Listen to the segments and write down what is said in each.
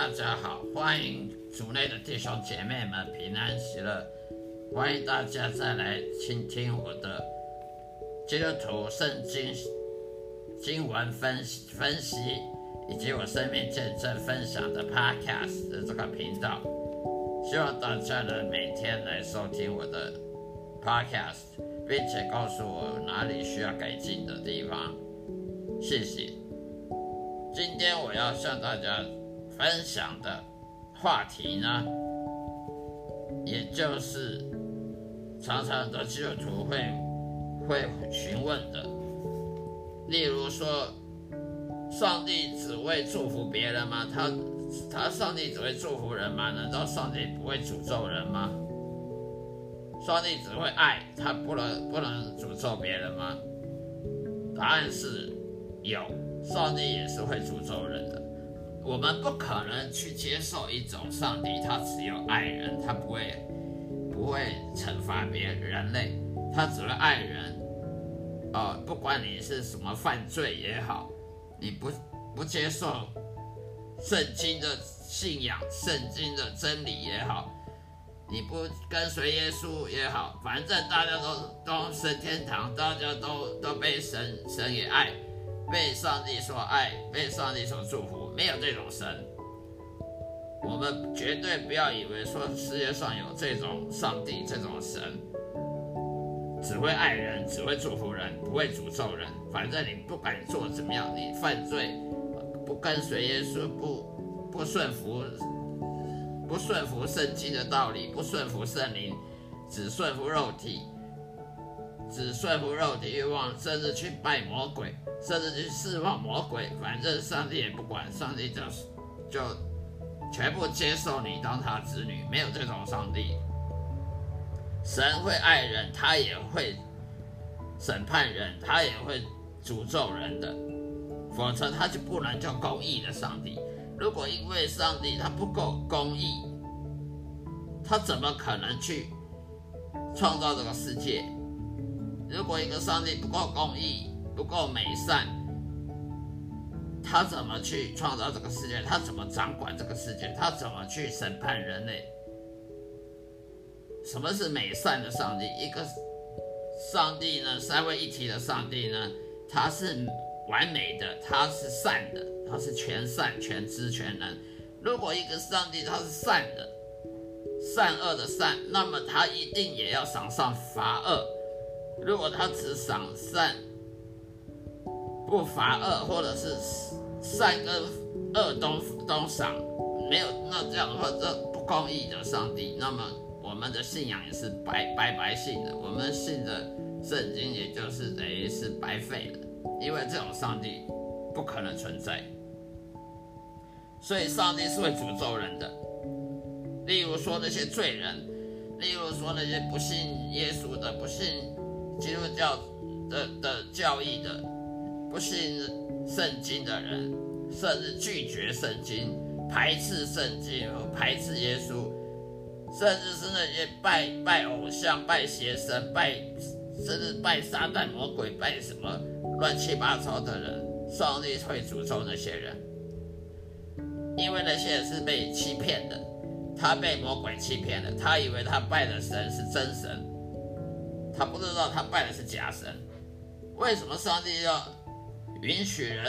大家好，欢迎主内的弟兄姐妹们平安喜乐，欢迎大家再来倾听我的基督徒圣经经文分析，以及我生命见证分享的 Podcast 的这个频道。希望大家能每天来收听我的 Podcast， 并且告诉我哪里需要改进的地方。谢谢。今天我要向大家分享的话题呢，也就是常常的基督徒会询问的，例如说，上帝只会祝福别人吗？上帝只会祝福人吗？难道上帝不会诅咒人吗？上帝只会爱，他不能诅咒别人吗？答案是有，上帝也是会诅咒人的。我们不可能去接受一种上帝，他只有爱人，他不会惩罚人类，他只会爱人。不管你是什么犯罪也好，你不接受圣经的信仰、圣经的真理也好，你不跟随耶稣也好，反正大家都升天堂，大家都被神也爱，被上帝所爱，被上帝所祝福，没有这种神。我们绝对不要以为说世界上有这种上帝，这种神只会爱人，只会祝福人，不会诅咒人。反正你不管做怎么样，你犯罪，不跟随耶稣，不顺服圣经的道理，不顺服圣灵，只顺服肉体欲望，甚至去拜魔鬼，甚至去释放魔鬼，反正上帝也不管，上帝就全部接受你当他子女，没有这种上帝。神会爱人，他也会审判人，他也会诅咒人的，否则他就不能叫公义的上帝。如果因为上帝他不够公义，他怎么可能去创造这个世界？如果一个上帝不够公义，不够美善，他怎么去创造这个世界？他怎么掌管这个世界？他怎么去审判人类？什么是美善的上帝？一个上帝呢，三位一体的上帝呢，他是完美的，他是善的，他是全善、全知、全能。如果一个上帝他是善的，善恶的善，那么他一定也要赏善罚恶。如果他只赏善不罚恶，或者是善跟恶都赏，没有，那这样的话，这不公义的上帝，那么我们的信仰也是白信的，我们信的圣经也就是等于是白费了，因为这种上帝不可能存在。所以上帝是会诅咒人的，例如说那些罪人，例如说那些不信耶稣的，不信基督教的教义的，不信圣经的人，甚至拒绝圣经，排斥圣经，排斥耶稣，甚至是那些拜偶像、拜邪神、甚至拜撒旦魔鬼、拜什么乱七八糟的人，上帝会诅咒那些人，因为那些人是被欺骗的，他被魔鬼欺骗了，他以为他拜的神是真神，他不知道他拜的是假神。为什么上帝要允许人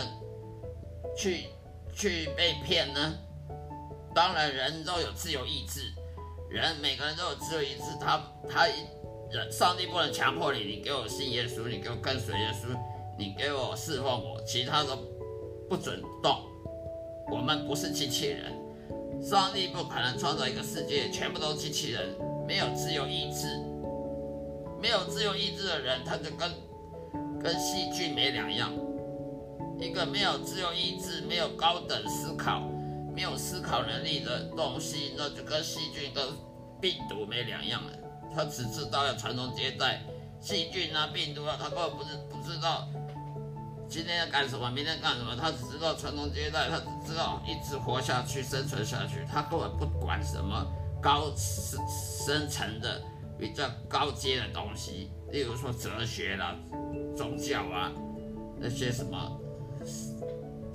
去被骗呢？当然人都有自由意志，每个人都有自由意志，上帝不能强迫你给我信耶稣，你给我跟随耶稣，你给我侍奉我，其他都不准动。我们不是机器人，上帝不可能创造一个世界全部都是机器人，没有自由意志。没有自由意志的人，他就跟细菌没两样。一个没有自由意志、没有高等思考、没有思考能力的东西，那就跟细菌、跟病毒没两样了。他只知道要传宗接代，细菌啊、病毒啊，他根本不知道今天要干什么，明天干什么，他只知道传宗接代，他只知道一直活下去、生存下去，他根本不管什么高深层的、比较高阶的东西，例如说哲学啦、宗教啊，那些什么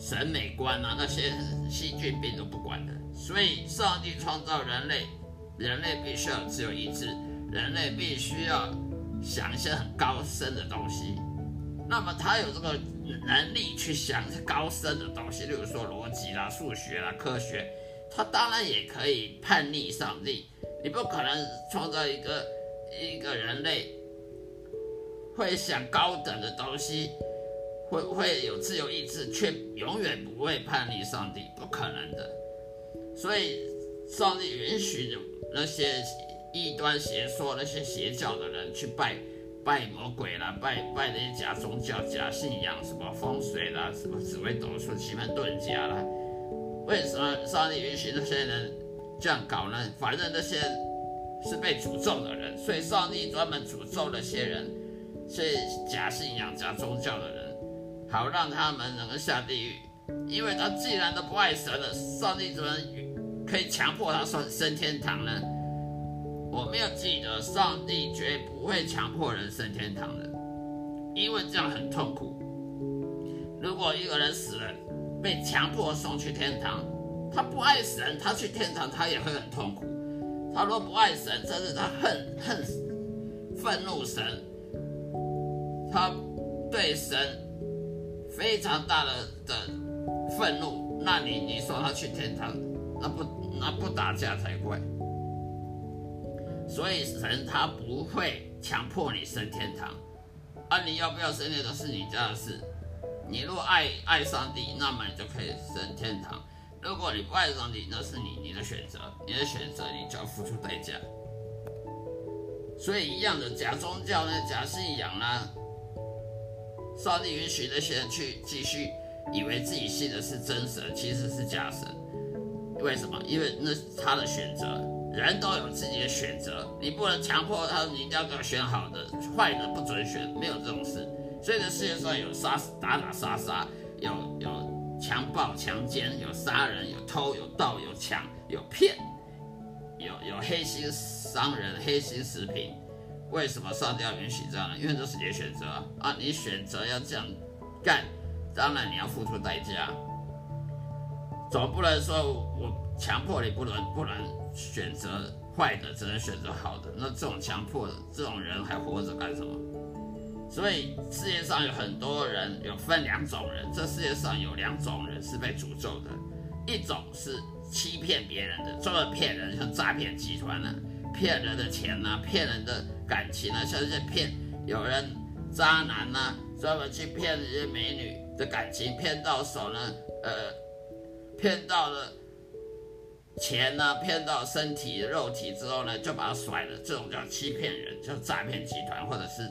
审美观啊，那些细菌病都不管的。所以上帝创造人类，人类必须要有自由意志，人类必须要想一些很高深的东西。那么他有这个能力去想高深的东西，例如说逻辑啦、数学啦、科学，他当然也可以叛逆上帝。你不可能创造一个人类会想高等的东西，会有自由意志，却永远不会叛逆上帝，不可能的。所以上帝允许那些异端邪说、那些邪教的人去拜魔鬼啦，拜那些假宗教、假信仰，什么风水啦，什么紫微斗数、奇门遁甲啦。为什么上帝允许那些人这样搞呢？反正那些是被诅咒的人，所以上帝专门诅咒那些人，所以假信仰、假宗教的人，好让他们能够下地狱。因为他既然都不爱神了，上帝怎么可以强迫他升天堂呢？我没有记得，上帝绝不会强迫人升天堂的，因为这样很痛苦。如果一个人死了，被强迫送去天堂，他不爱神，他去天堂他也会很痛苦。他若不爱神，甚至他愤怒神，他对神非常大的愤怒，那你说他去天堂，那不打架才怪。所以神他不会强迫你升天堂，你要不要升天堂是你家的事。你若爱上帝，那么你就可以升天堂。如果你不爱上帝，那是你的选择，你的选择你就要付出代价。所以一样的，假宗教呢、假信仰啦，上帝允许那些人去继续以为自己信的是真神，其实是假神。为什么？因为那是他的选择。人都有自己的选择，你不能强迫他，你一定要给我选好的，坏的不准选，没有这种事。所以这世界上有打杀，有强暴强奸，有杀人，有偷有盗有抢有骗，有黑心商人、黑心食品。为什么上帝要允许这样呢？因为这是你的选择啊，你选择要这样干，当然你要付出代价。总不能说我强迫你不能选择坏的，只能选择好的。那这种强迫的这种人还活着干什么？所以世界上有很多人，有分两种人。这世界上有两种人是被诅咒的，一种是欺骗别人的，专门骗人，像诈骗集团啊，骗人的钱啊，骗人的感情啊，像这些有人渣男啊，专门去骗这些美女的感情，骗到手呢，骗到了钱啊，骗到身体肉体之后呢，就把他甩了，这种叫欺骗人，叫诈骗集团，或者是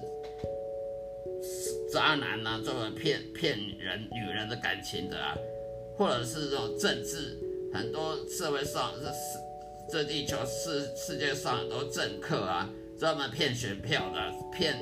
渣男啊，专门骗人女人的感情的啊，或者是这种政治，很多社会上这地球世界上很多政客啊，专门骗选票的，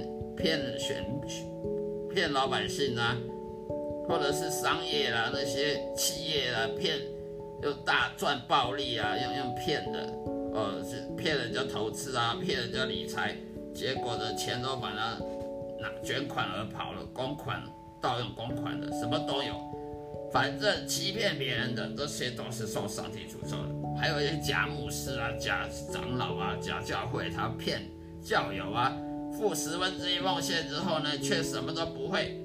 骗老百姓啊，或者是商业啦，那些企业啦，用大赚暴利啊，用骗的，是骗人家投资啊，骗人家理财，结果的钱都把它卷款而跑了，公款、盗用公款的，什么都有。反正欺骗别人的，这些都是受上帝诅咒的。还有一些假牧师啊、假长老啊、假教会，他骗教友啊，付1/10奉献之后呢，却什么都不会，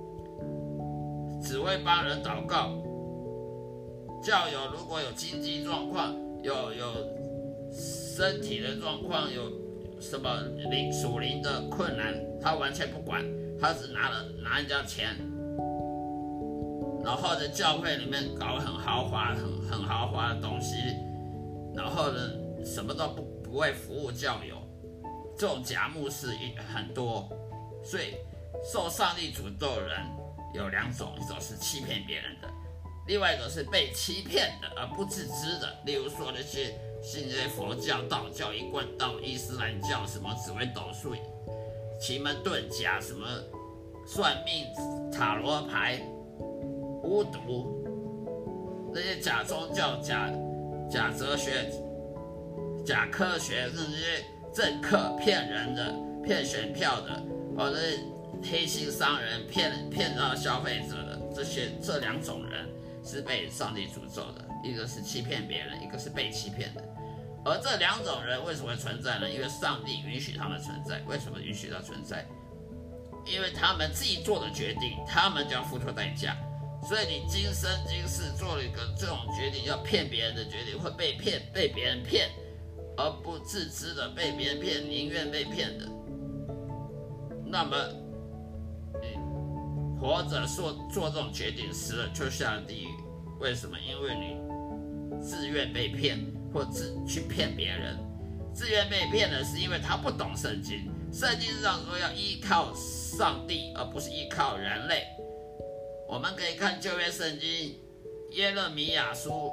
只会帮人祷告。教友如果有经济状况，有身体的状况，有什么属灵的困难，他完全不管，他只拿人家钱，然后在教会里面搞很豪华的东西，然后呢什么都不会服务教友，这种假牧师很多。所以受上帝诅咒的人有两种，一种是欺骗别人的，另外一个是被欺骗的而不自知的。例如说那些信这些佛教、道教、一贯道、伊斯兰教，什么紫微斗数、奇门遁甲，什么算命、塔罗牌、巫毒，那些假宗教、假哲学、假科学，甚至这些政客骗人的、骗选票的， 黑心商人骗到消费者的这两种人是被上帝诅咒的，一个是欺骗别人，一个是被欺骗的。而这两种人为什么会存在呢？因为上帝允许他们存在。为什么允许他存在？因为他们自己做的决定，他们就要付出代价。所以你今生今世做了一个这种决定，要骗别人的决定，会被骗，被别人骗，而不自知的被别人骗，宁愿被骗的。那么你活着做这种决定，死了就下了地狱。为什么？因为你自愿被骗，或去骗别人。自愿被骗的是因为他不懂圣经。圣经上说要依靠上帝，而不是依靠人类。我们可以看旧约圣经耶勒米亚书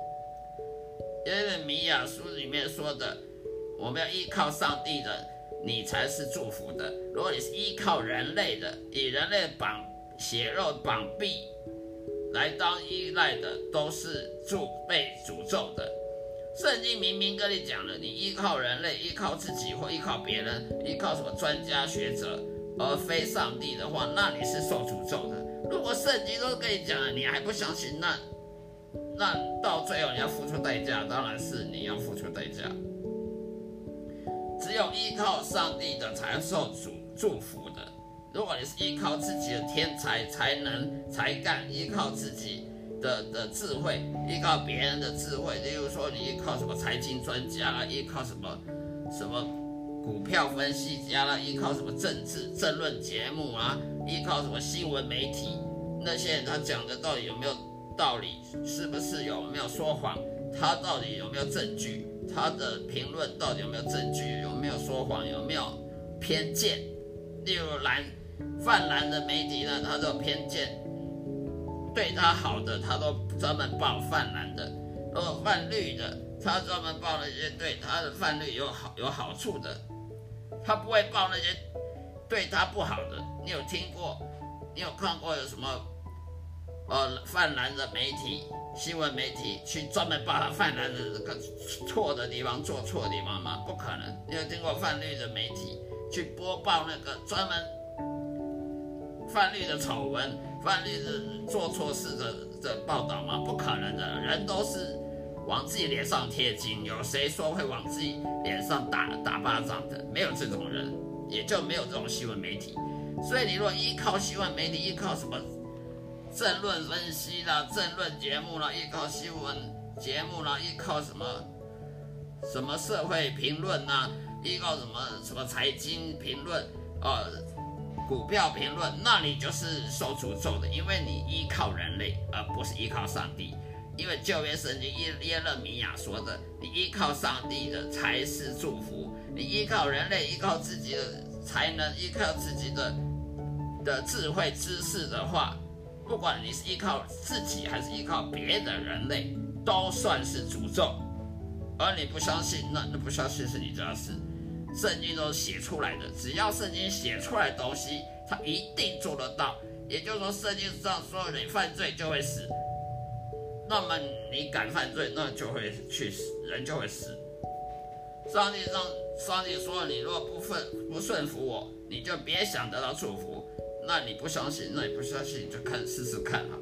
里面说的，我们要依靠上帝的，你才是祝福的。如果你是依靠人类的，以人类血肉绑臂来当依赖的，都是被诅咒的。圣经明明跟你讲了，你依靠人类、依靠自己或依靠别人、依靠什么专家学者，而非上帝的话，那你是受诅咒的。如果圣经都跟你讲了，你还不相信，那到最后你要付出代价，当然是你要付出代价。只有依靠上帝的才受祝福的。如果你是依靠自己的天才、才能、才干，依靠自己的智慧，依靠别人的智慧，例如说你依靠什么财经专家啦，依靠什么股票分析家啦，依靠什么政论节目啊，依靠什么新闻媒体，那些人他讲的到底有没有道理，是不是有没有说谎，他到底有没有证据，他的评论到底有没有证据，有没有说谎，有没有偏见。例如泛蓝的媒体呢，他都有偏见，对他好的他都专门报泛蓝的，如果泛绿的他专门报那些对他的泛绿有好处的，他不会报那些对他不好的。你有看过有什么泛蓝的媒体新闻媒体去专门报他泛蓝的这个错的地方，做错的地方吗？不可能。你有听过泛绿的媒体去播报那个专门泛绿的丑闻、泛绿的做错事的报道吗？不可能的。人都是往自己脸上贴金，有谁说会往自己脸上打巴掌的？没有这种人，也就没有这种新闻媒体。所以你如果依靠新闻媒体，依靠什么政论分析啦、政论节目啦，依靠新闻节目啦，依靠什么社会评论啦，依靠什么财经评论股票评论，那你就是受诅咒的，因为你依靠人类，而不是依靠上帝。因为旧约圣经耶勒米亚说的，你依靠上帝的才是祝福，你依靠人类，依靠自己的才能，依靠自己的智慧知识的话，不管你是依靠自己还是依靠别的人类，都算是诅咒。而你不相信，那不相信是你家事。圣经都写出来的，只要圣经写出来的东西，它一定做得到。也就是说，圣经上说你犯罪就会死，那么你敢犯罪，那就会去死，人就会死。上帝说，你若不顺服我，你就别想得到祝福。那你不相信，你就试试看哈。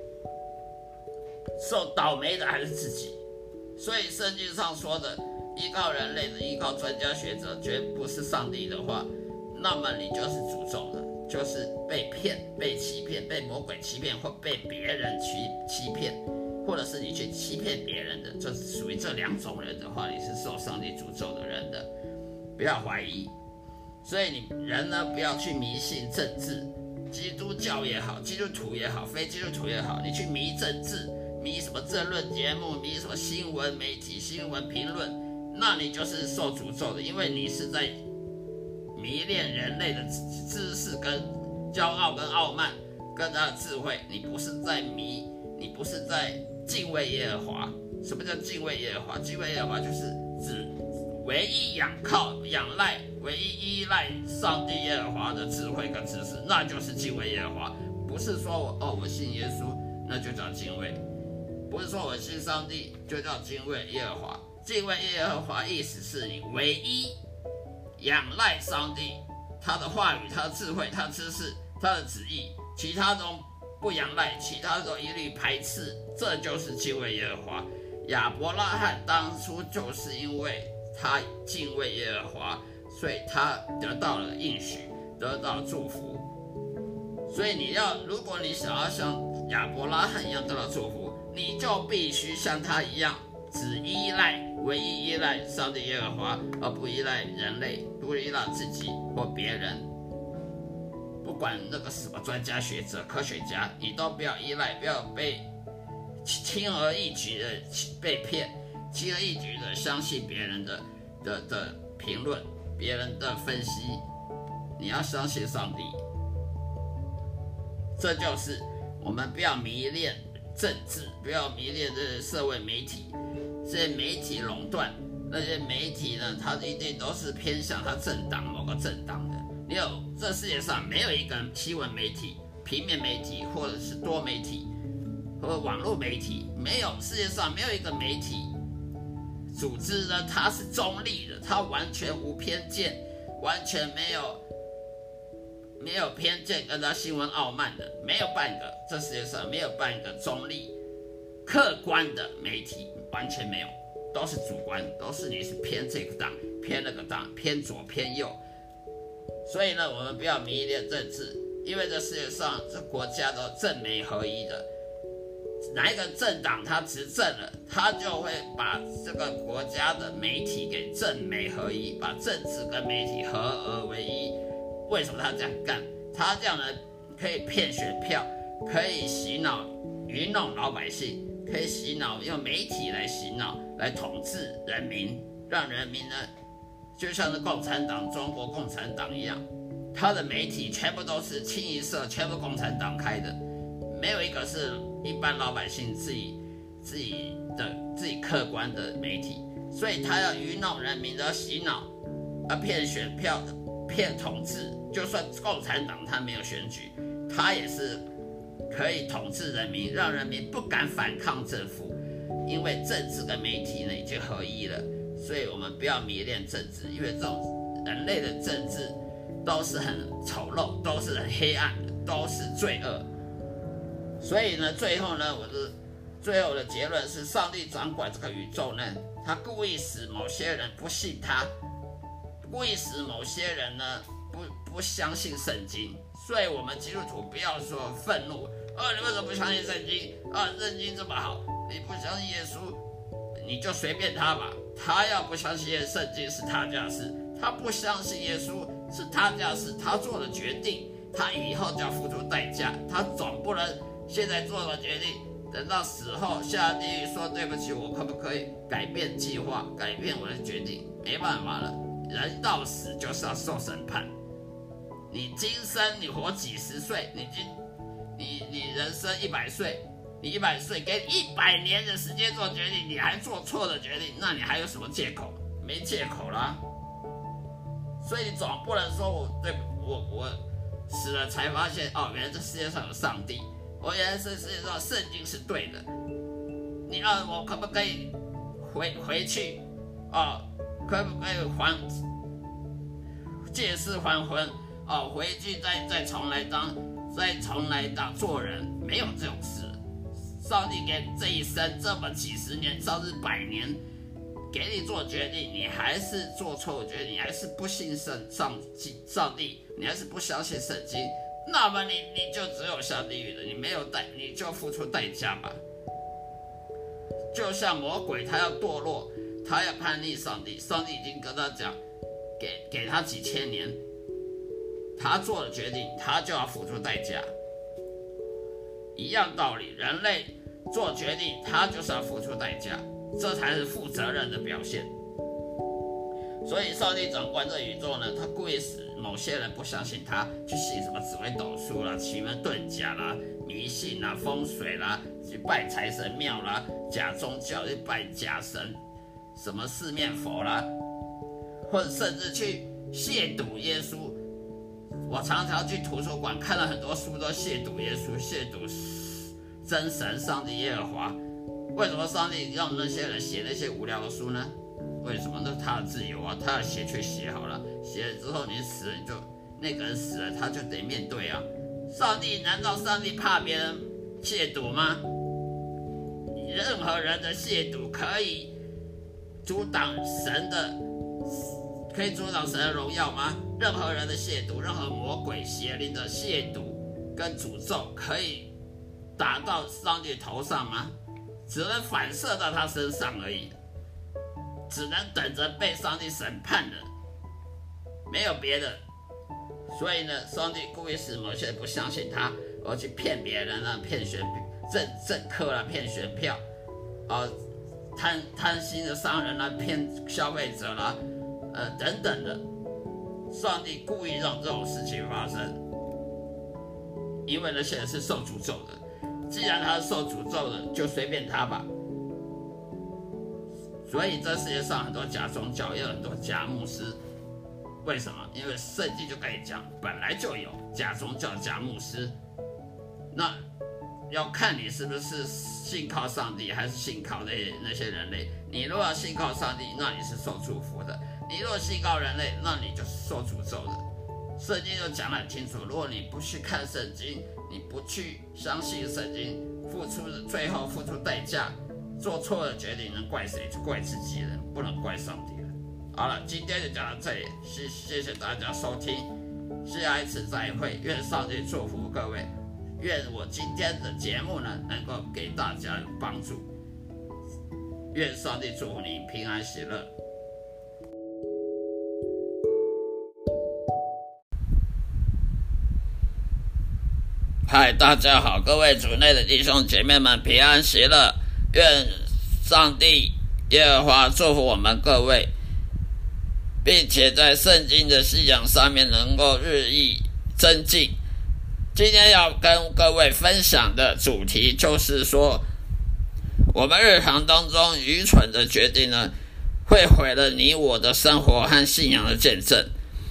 受倒霉的还是自己。所以圣经上说的，依靠人类的、依靠专家学者，绝不是上帝的话，那么你就是诅咒的，就是被骗、被欺骗、被魔鬼欺骗，或被别人去欺骗，或者是你去欺骗别人的，这属于这两种人的话，你是受上帝诅咒的人的，不要怀疑。所以你人呢，不要去迷信政治，基督教也好，基督徒也好，非基督徒也好，你去迷政治。迷什么政论节目，迷什么新闻媒体、新闻评论，那你就是受诅咒的，因为你是在迷恋人类的知识、跟骄傲、跟傲慢、跟他的智慧，你不是在敬畏耶和华。什么叫敬畏耶和华？敬畏耶和华就是指唯一仰赖、唯一依赖上帝耶和华的智慧跟知识，那就是敬畏耶和华。不是说我信耶稣，那就叫敬畏。不是说我信上帝就叫敬畏耶和华，敬畏耶和华意思是你唯一仰赖上帝，他的话语、他的智慧、他的知识， 他的旨意，其他都不仰赖，其他都一律排斥。这就是敬畏耶和华。亚伯拉罕当初就是因为他敬畏耶和华，所以他得到了应许，得到了祝福。所以如果你想要像亚伯拉罕一样得到祝福，你就必须像他一样，唯一依赖上帝耶和华，而不依赖人类，不依赖自己或别人。不管那个什么专家学者、科学家，你都不要依赖，不要被轻而易举的被骗，轻而易举的相信别人的评论、别人的分析。你要相信上帝。这就是我们不要迷恋政治，不要迷恋这些社会媒体，这些媒体垄断，那些媒体呢，它一定都是偏向它某个政党的。这世界上没有一个新闻媒体、平面媒体或者是多媒体和网络媒体，世界上没有一个媒体组织呢，它是中立的，它完全无偏见，完全没有偏见跟他新闻傲慢的，没有半个，这世界上没有半个中立客观的媒体，完全没有，都是主观，都是你是偏这个党，偏那个党，偏左偏右。所以呢，我们不要迷恋政治，因为这世界上这国家都政媒合一的，哪一个政党他执政了，他就会把这个国家的媒体给政媒合一，把政治跟媒体合而为一。为什么他这样干？他这样呢，可以骗选票，可以洗脑、愚弄老百姓，可以洗脑，用媒体来洗脑，来统治人民，让人民呢，就像是共产党、中国共产党一样，他的媒体全部都是清一色，全部共产党开的，没有一个是一般老百姓自己客观的媒体。所以他要愚弄人民的洗脑，骗选票的，骗统治。就算共产党他没有选举，他也是可以统治人民，让人民不敢反抗政府，因为政治跟媒体呢已经合一了。所以我们不要迷恋政治，因为这种人类的政治都是很丑陋，都是很黑暗的，都是罪恶。所以呢，最后呢，最后的结论是，上帝掌管这个宇宙呢，他故意使某些人不信他，故意使某些人呢不相信圣经。所以我们基督徒不要说愤怒，你为什么不相信圣经？圣经这么好，你不相信耶稣，你就随便他吧。他要不相信圣经是他家事，他不相信耶稣是他家事，他做的决定，他以后就要付出代价。他总不能现在做了决定，等到死后下地狱说对不起，我可不可以改变计划，改变我的决定？没办法了，人到死就是要受审判。你今生你活几十岁，你人生100岁，你100岁给你100年的时间做决定，你还做错的决定，那你还有什么借口？没借口啦。所以你总不能说我死了才发现，原来这世界上有上帝，原来这世界上圣经是对的。我可不可以回去？可不可以借尸还魂？回去再重来当做人？没有这种事。上帝给这一生这么几十年，甚至100年，给你做决定，你还是做错决定，你还是不信上帝，你还是不相信圣经，那么你就只有下地狱的，你就付出代价吧。就像魔鬼，他要堕落，他要叛逆上帝，上帝已经跟他讲，给他几千年，他做了决定，他就要付出代价。一样道理，人类做决定，他就是要付出代价，这才是负责任的表现。所以上帝掌管这宇宙呢，他故意使某些人不相信他，去信什么紫微斗数啦、奇门遁甲啦、迷信啦、风水啦，去拜财神庙啦、假宗教去拜假神，什么四面佛啦，或者甚至去亵渎耶稣。我常常去图书馆看了很多书，都亵渎耶稣，亵渎真神上帝耶和华。为什么上帝让那些人写那些无聊的书呢？为什么？那是他的自由啊，他要写却写好了，写了之后你死了，那个人死了他就得面对啊， 难道上帝怕别人亵渎吗？任何人的亵渎可以阻挡神的荣耀吗？任何人的亵渎，任何魔鬼邪灵的亵渎跟诅咒可以打到上帝头上吗？只能反射到他身上而已，只能等着被上帝审判了，没有别的。所以呢，上帝故意使某些人不相信他，而去骗别人啊，骗政客啦，骗选票啊，贪心的商人啦，骗消费者啦，等等的。上帝故意让这种事情发生，因为那些人是受诅咒的。既然他是受诅咒的，就随便他吧。所以这世界上很多假宗教，也有很多假牧师。为什么？因为圣经就跟你讲，本来就有假宗教、假牧师。那要看你是不是信靠上帝，还是信靠那些人类。你如果要信靠上帝，那你是受祝福的；你如果信靠人类，那你就是受诅咒的。圣经就讲得很清楚，如果你不去看圣经，你不去相信圣经，最后付出代价，做错了决定，能怪谁？就怪自己人，不能怪上帝了。好了，今天就讲到这里，谢谢大家收听，下一次再会，愿上帝祝福各位，愿我今天的节目呢能够给大家有帮助，愿上帝祝福你平安喜乐。嗨，大家好，各位主内的弟兄姐妹们平安喜乐，愿上帝耶和华祝福我们各位，并且在圣经的信仰上面能够日益增进。今天要跟各位分享的主题就是说，我们日常当中愚蠢的决定呢，会毁了你我的生活和信仰的见证。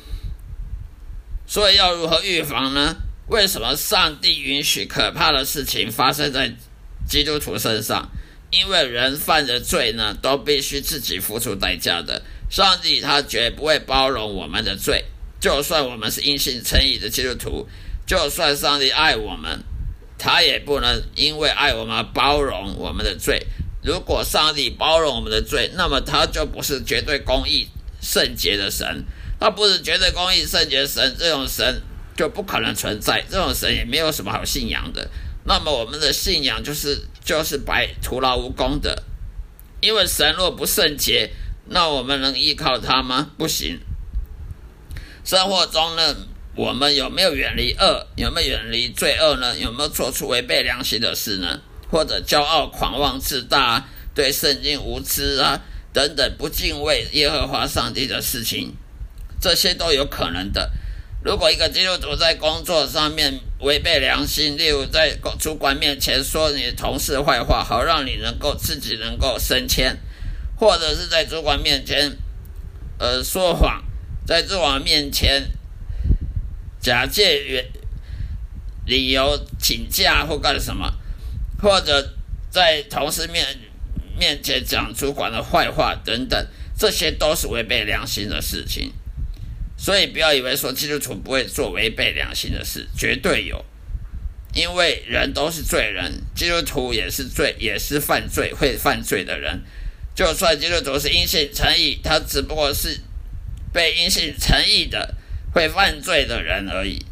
所以要如何预防呢？为什么上帝允许可怕的事情发生在基督徒身上？因为人犯的罪呢，都必须自己付出代价的。上帝他绝不会包容我们的罪，就算我们是因信称义的基督徒，就算上帝爱我们，他也不能因为爱我们包容我们的罪。如果上帝包容我们的罪，那么他就不是绝对公义圣洁的神，他不是绝对公义圣洁的神，这种神就不可能存在，这种神也没有什么好信仰的。那么我们的信仰就是徒劳无功的，因为神若不圣洁，那我们能依靠他吗？不行。生活中呢，我们有没有远离恶？有没有远离罪恶呢？有没有做出违背良心的事呢？或者骄傲、狂妄、自大，对圣经无知啊，等等不敬畏耶和华上帝的事情，这些都有可能的。如果一个基督徒在工作上面违背良心，例如在主管面前说你同事坏话，好让你自己能够升迁，或者是在主管面前说谎，在主管面前假借理由请假或干什么，或者在同事面前讲主管的坏话等等，这些都是违背良心的事情。所以不要以为说基督徒不会做违背良心的事，绝对有，因为人都是罪人，基督徒也是会犯罪的人。就算基督徒是因信称义，他只不过是被因信称义的会犯罪的人而已。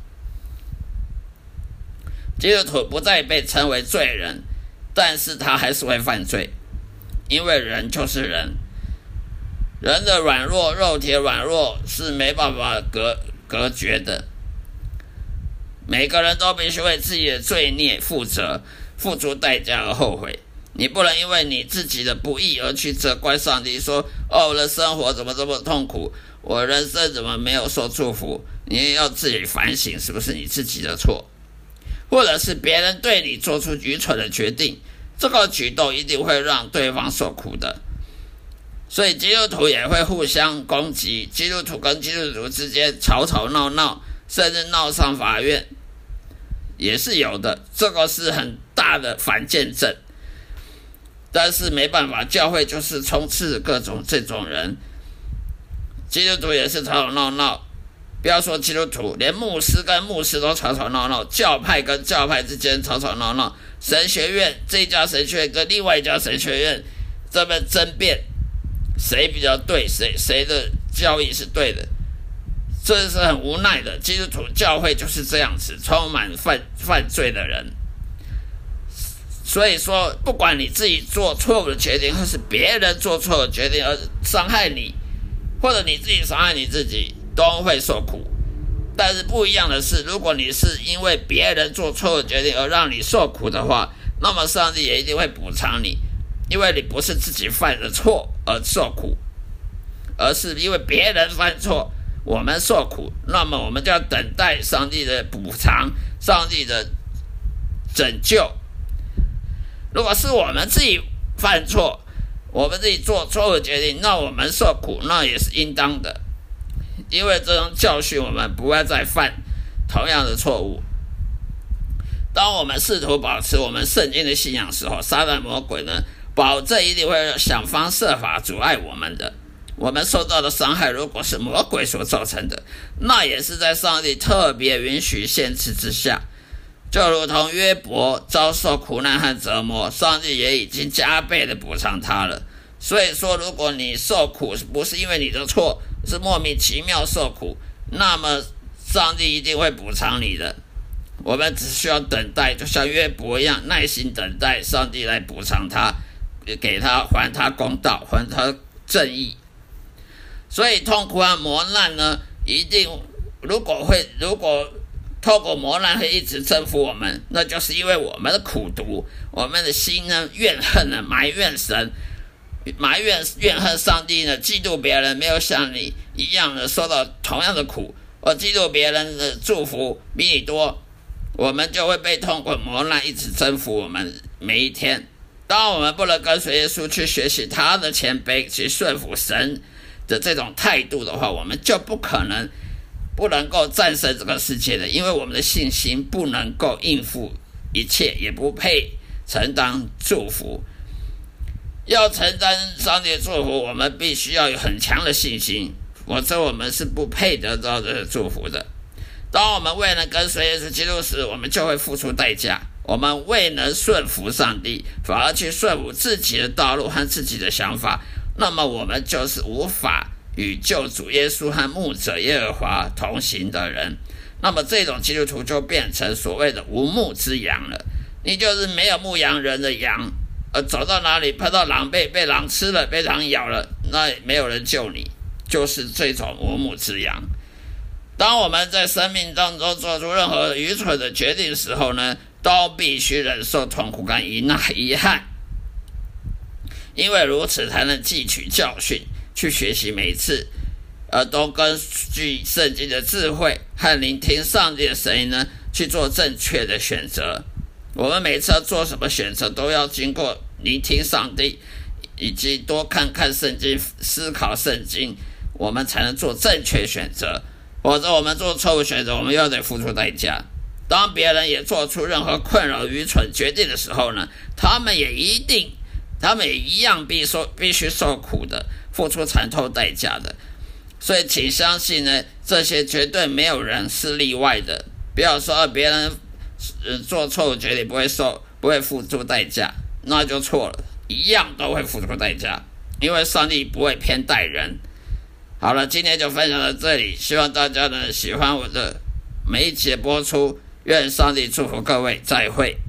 基督徒不再被称为罪人，但是他还是会犯罪，因为人就是人，人的软弱，肉体的软弱是没办法隔绝的。每个人都必须为自己的罪孽负责，付出代价而后悔。你不能因为你自己的不义而去责怪上帝，说我的生活怎么这么痛苦，我人生怎么没有受祝福。你也要自己反省，是不是你自己的错，或者是别人对你做出愚蠢的决定，这个举动一定会让对方受苦的。所以基督徒也会互相攻击，基督徒跟基督徒之间吵吵闹闹，甚至闹上法院也是有的，这个是很大的反见证。但是没办法，教会就是充斥各种这种人，基督徒也是吵吵闹闹， 不要说基督徒，连牧师跟牧师都吵吵闹闹，教派跟教派之间吵吵闹闹，神学院这一家神学院跟另外一家神学院这边争辩谁比较对，谁的教义是对的，这是很无奈的。基督徒教会就是这样子，充满犯罪的人。所以说，不管你自己做错误的决定，或是别人做错的决定而伤害你，或者你自己伤害你自己，都会受苦。但是不一样的是，如果你是因为别人做错的决定而让你受苦的话，那么上帝也一定会补偿你，因为你不是自己犯的错而受苦，而是因为别人犯错我们受苦，那么我们就要等待上帝的补偿，上帝的拯救。如果是我们自己犯错，我们自己做错误决定，那我们受苦，那也是应当的，因为这种教训我们不会再犯同样的错误。当我们试图保持我们圣经的信仰时候，撒旦魔鬼呢，保证一定会想方设法阻碍我们的。我们受到的伤害如果是魔鬼所造成的，那也是在上帝特别允许限制之下。就如同约伯遭受苦难和折磨，上帝也已经加倍的补偿他了。所以说，如果你受苦不是因为你的错，是莫名其妙受苦，那么上帝一定会补偿你的。我们只需要等待，就像约伯一样，耐心等待上帝来补偿他，给他还他公道，还他正义。所以痛苦和磨难呢，一定如果透过磨难会一直征服我们，那就是因为我们的苦毒，我们的心呢怨恨呢，埋怨神，怨恨上帝呢，嫉妒别人没有像你一样的受到同样的苦，或嫉妒别人的祝福比你多，我们就会被痛苦磨难一直征服我们每一天。当我们不能跟随耶稣去学习他的谦卑，去顺服神的这种态度的话，我们就不能够战胜这个世界的，因为我们的信心不能够应付一切，也不配承担祝福。要承担上帝的祝福，我们必须要有很强的信心，否则我们是不配得到这个祝福的。当我们未能跟随耶稣基督时，我们就会付出代价。我们未能顺服上帝，反而去顺服自己的道路和自己的想法，那么我们就是无法与救主耶稣和牧者耶和华同行的人。那么这种基督徒就变成所谓的无牧之羊了。你就是没有牧羊人的羊，走到哪里碰到狼被狼吃了，被狼咬了，那没有人救你，就是这种无牧之羊。当我们在生命当中做出任何愚蠢的决定时候呢，都必须忍受痛苦跟遗憾，因为如此才能汲取教训，去学习每一次都根据圣经的智慧和聆听上帝的声音呢，去做正确的选择。我们每次要做什么选择，都要经过聆听上帝，以及多看看圣经，思考圣经，我们才能做正确选择。否则我们做错误选择，我们又得付出代价。当别人也做出任何困扰愚蠢决定的时候呢，他们也一样必须受苦的，付出惨痛代价的。所以请相信呢，这些绝对没有人是例外的。不要说别人做错误决定不会付出代价，那就错了，一样都会付出代价，因为上帝不会偏待人。好了，今天就分享到这里，希望大家呢喜欢我的每一集的播出，愿上帝祝福各位，再会。